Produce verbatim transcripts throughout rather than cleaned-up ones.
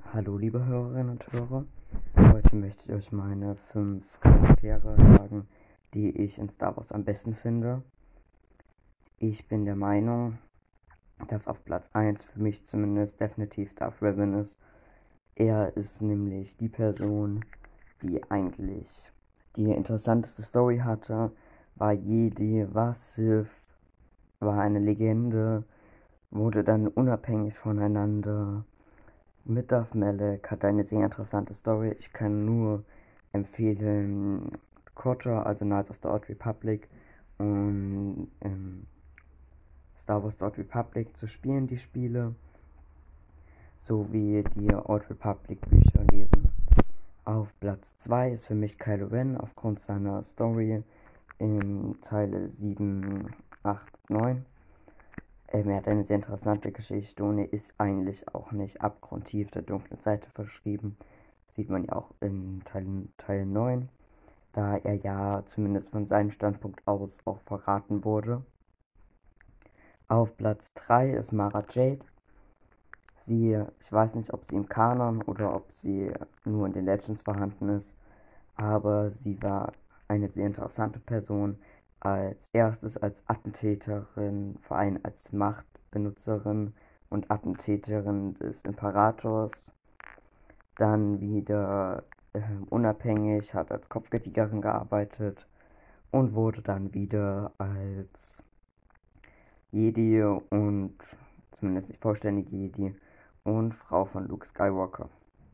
Hallo liebe Hörerinnen und Hörer, heute möchte ich euch meine fünf Charaktere sagen, die ich in Star Wars am besten finde. Ich bin der Meinung, dass auf Platz eins für mich zumindest definitiv Darth Revan ist. Er ist nämlich die Person, die eigentlich die interessanteste Story hatte, war Jedi, war Sith, war eine Legende, wurde dann unabhängig voneinander. Mit Darth Malak hat eine sehr interessante Story. Ich kann nur empfehlen, KOTOR, also Knights of the Old Republic und ähm, Star Wars The Old Republic zu spielen, die Spiele, sowie die Old Republic Bücher lesen. Auf Platz zwei ist für mich Kylo Ren aufgrund seiner Story in Teile sieben, acht, neun. Ähm, er hat eine sehr interessante Geschichte und er ist eigentlich auch nicht abgrundtief der dunklen Seite verschrieben. Sieht man ja auch in Teil, Teil neun, da er ja zumindest von seinem Standpunkt aus auch verraten wurde. Auf Platz drei ist Mara Jade. Sie, ich weiß nicht, ob sie im Kanon oder ob sie nur in den Legends vorhanden ist, aber sie war eine sehr interessante Person. Als erstes als Attentäterin, vor allem als Machtbenutzerin und Attentäterin des Imperators. Dann wieder äh, unabhängig, hat als Kopfgeldjägerin gearbeitet und wurde dann wieder als Jedi und zumindest nicht vollständige Jedi und Frau von Luke Skywalker.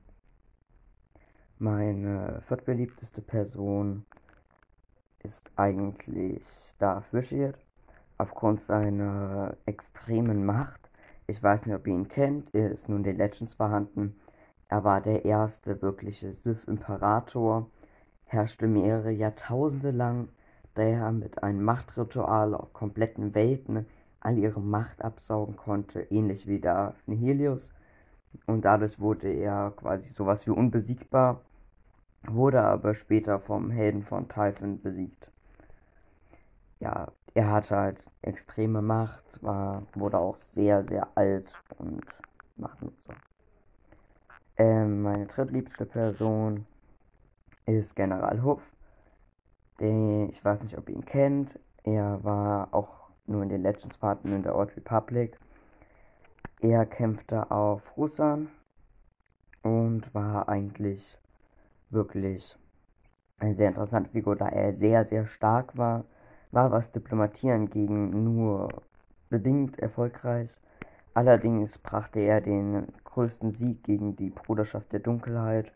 Meine viertbeliebteste Person ist eigentlich Darth Vizsla aufgrund seiner extremen Macht. Ich weiß nicht, ob ihr ihn kennt, er ist nun in den Legends vorhanden. Er war der erste wirkliche Sith-Imperator, herrschte mehrere Jahrtausende lang, da er mit einem Machtritual auf kompletten Welten all ihre Macht absaugen konnte, ähnlich wie der Nihilius. Und dadurch wurde er quasi sowas wie unbesiegbar, wurde aber später vom Helden von Typhon besiegt. Ja, er hatte halt extreme Macht, war, wurde auch sehr, sehr alt und Machtnutzer. Ähm, meine drittliebste Person ist General Huff. Den, ich weiß nicht, ob ihr ihn kennt. Er war auch nur in den Legends vorhanden in der Old Republic. Er kämpfte auf Russland und war eigentlich wirklich eine sehr interessante Figur, da er sehr, sehr stark war, war was Diplomatie anging nur bedingt erfolgreich. Allerdings brachte er den größten Sieg gegen die Bruderschaft der Dunkelheit,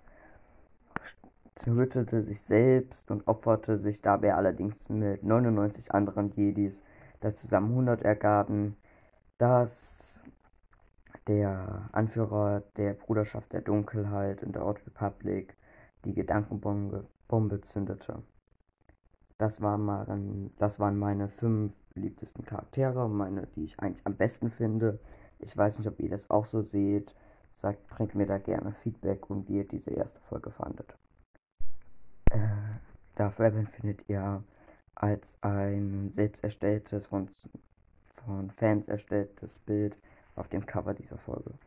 tötete sich selbst und opferte sich dabei allerdings mit neunundneunzig anderen Jedis, das zusammen hundert ergaben, dass der Anführer der Bruderschaft der Dunkelheit in der Old Republic die Gedankenbombe Bombe zündete. Das, war mal, das waren meine fünf beliebtesten Charaktere, meine, die ich eigentlich am besten finde. Ich weiß nicht, ob ihr das auch so seht. Sagt, bringt mir da gerne Feedback und wie ihr diese erste Folge fandet. Äh, Darth Revan findet ihr als ein selbst erstelltes, von, von Fans erstelltes Bild auf dem Cover dieser Folge.